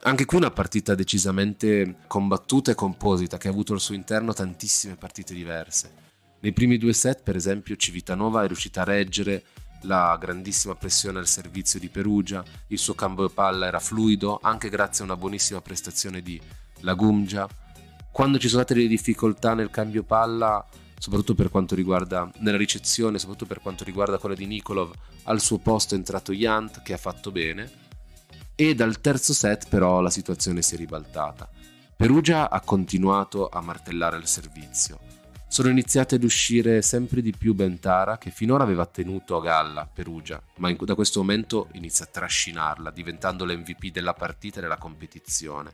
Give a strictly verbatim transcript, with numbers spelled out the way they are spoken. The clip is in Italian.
Anche qui una partita decisamente combattuta e composita, che ha avuto al suo interno tantissime partite diverse. Nei primi due set, per esempio, Civitanova è riuscita a reggere la grandissima pressione al servizio di Perugia, il suo cambio palla era fluido, anche grazie a una buonissima prestazione di Lagumgia. Quando ci sono state delle difficoltà nel cambio palla, soprattutto per quanto riguarda nella ricezione, soprattutto per quanto riguarda quella di Nikolov, al suo posto è entrato Jant, che ha fatto bene. E dal terzo set però la situazione si è ribaltata. Perugia ha continuato a martellare il servizio. Sono iniziate ad uscire sempre di più Bentara, che finora aveva tenuto a galla Perugia, ma in, da questo momento inizia a trascinarla, diventando l'M V P della partita e della competizione.